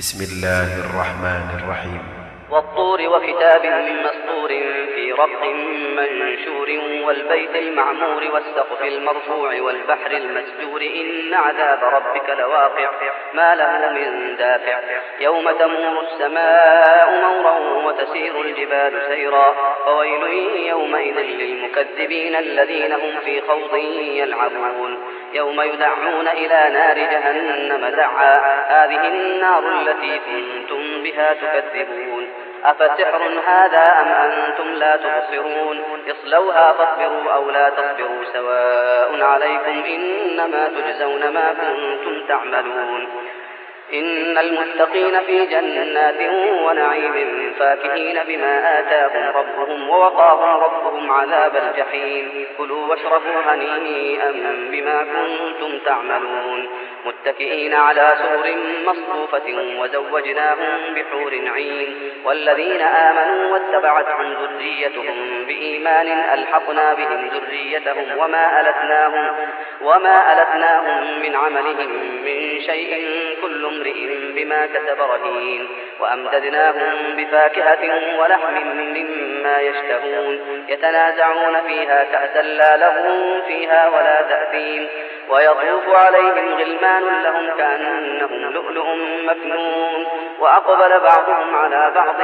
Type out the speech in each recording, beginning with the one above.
بسم الله الرحمن الرحيم. والطور وكتاب مسطور في رق منشور والبيت المعمور والسقف المرفوع والبحر المسجور إن عذاب ربك لواقع ما له من دافع يوم تمور السماء مورا وتسير الجبال سيرا فويل يومئذ للمكذبين الذين هم في خوض يلعبون يوم يدعون إلى نار جهنم دعا هذه النار التي كنتم بها تكذبون أفسحر هذا أم أنتم لا تبصرون اصلوها فاصبروا أو لا تصبروا سواء عليكم إنما تجزون ما كنتم تعملون إن المتقين في جنات ونعيم فاكهين بما آتاهم ربهم ووقاهم ربهم عذاب الجحيم كلوا واشربوا هنيئا بما كنتم تعملون متكئين على سرر مصفوفة وزوجناهم بحور عين والذين آمنوا واتبعتهم ذريتهم بإيمان ألحقنا بهم ذريتهم وما ألتناهم من عملهم من شيء كل امرئ بما كسب رهين وأمددناهم بفاكهة ولحم مما يشتهون يتنازعون فيها كأسا لا لغو فيها ولا تأثيم ويطوف عليهم غلمان لهم كأنهم لؤلؤ مكنون وأقبل بعضهم على بعض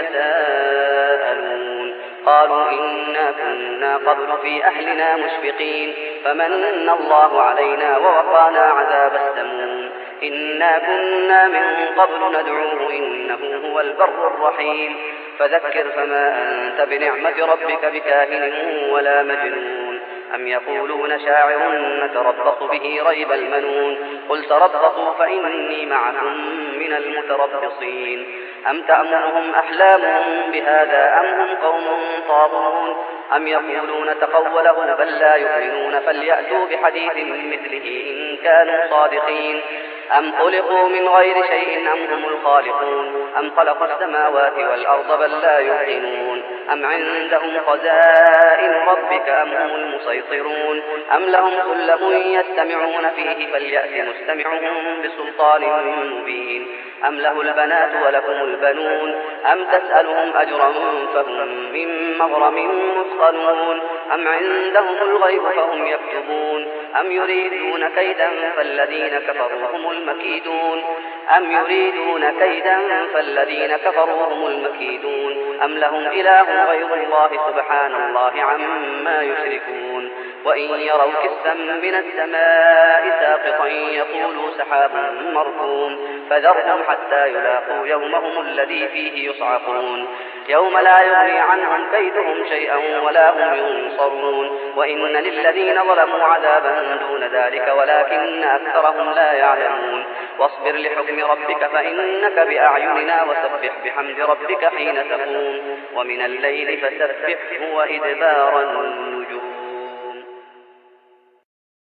يتساءلون قالوا إنا كنا قبل في أهلنا مشفقين فمن الله علينا ووقانا عذاب السموم إنا كنا من قبل ندعوه إنه هو البر الرحيم فذكر فما أنت بنعمة ربك بكاهن ولا مجنون أم يقولون شاعر نتربص به ريب المنون قل تربصوا فإني معكم من المتربصين أم تأمرهم أحلامهم بهذا أم هم قوم طاغون أم يقولون تقوله بل لا يؤمنون فليأتوا بحديث مثله إن كانوا صادقين أم خلقوا من غير شيء أم هم الخالقون أم خلقوا السماوات والأرض بل لا يوقنون أم عندهم خزائن ربك أم هم المسيطرون أم لهم سلم يستمعون فيه فليأت مستمعهم بسلطان مبين أم له البنات ولكم البنون أم تسألهم أجرا فهم من مغرم مثقلون أم عندهم الغيب فهم يكتبون أم يريدون كيدا فالذين كفروا هم المكيدون أم لهم إله غير الله سبحان الله عما يشركون وإن يروا كسفا من السماء ساقطا يقولوا سحاب مركوم فذرهم حتى يلاقوا يومهم الذي فيه يصعقون يوم لا يغني عنهم كيدهم شيئا ولا هم ينصرون وإن للذين ظلموا عذابا دون ذلك ولكن أكثرهم لا يعلمون واصبر لحكم ربك فإنك بأعيننا وسبح بحمد ربك حين تقوم ومن الليل فسبحه وإدبار النجوم.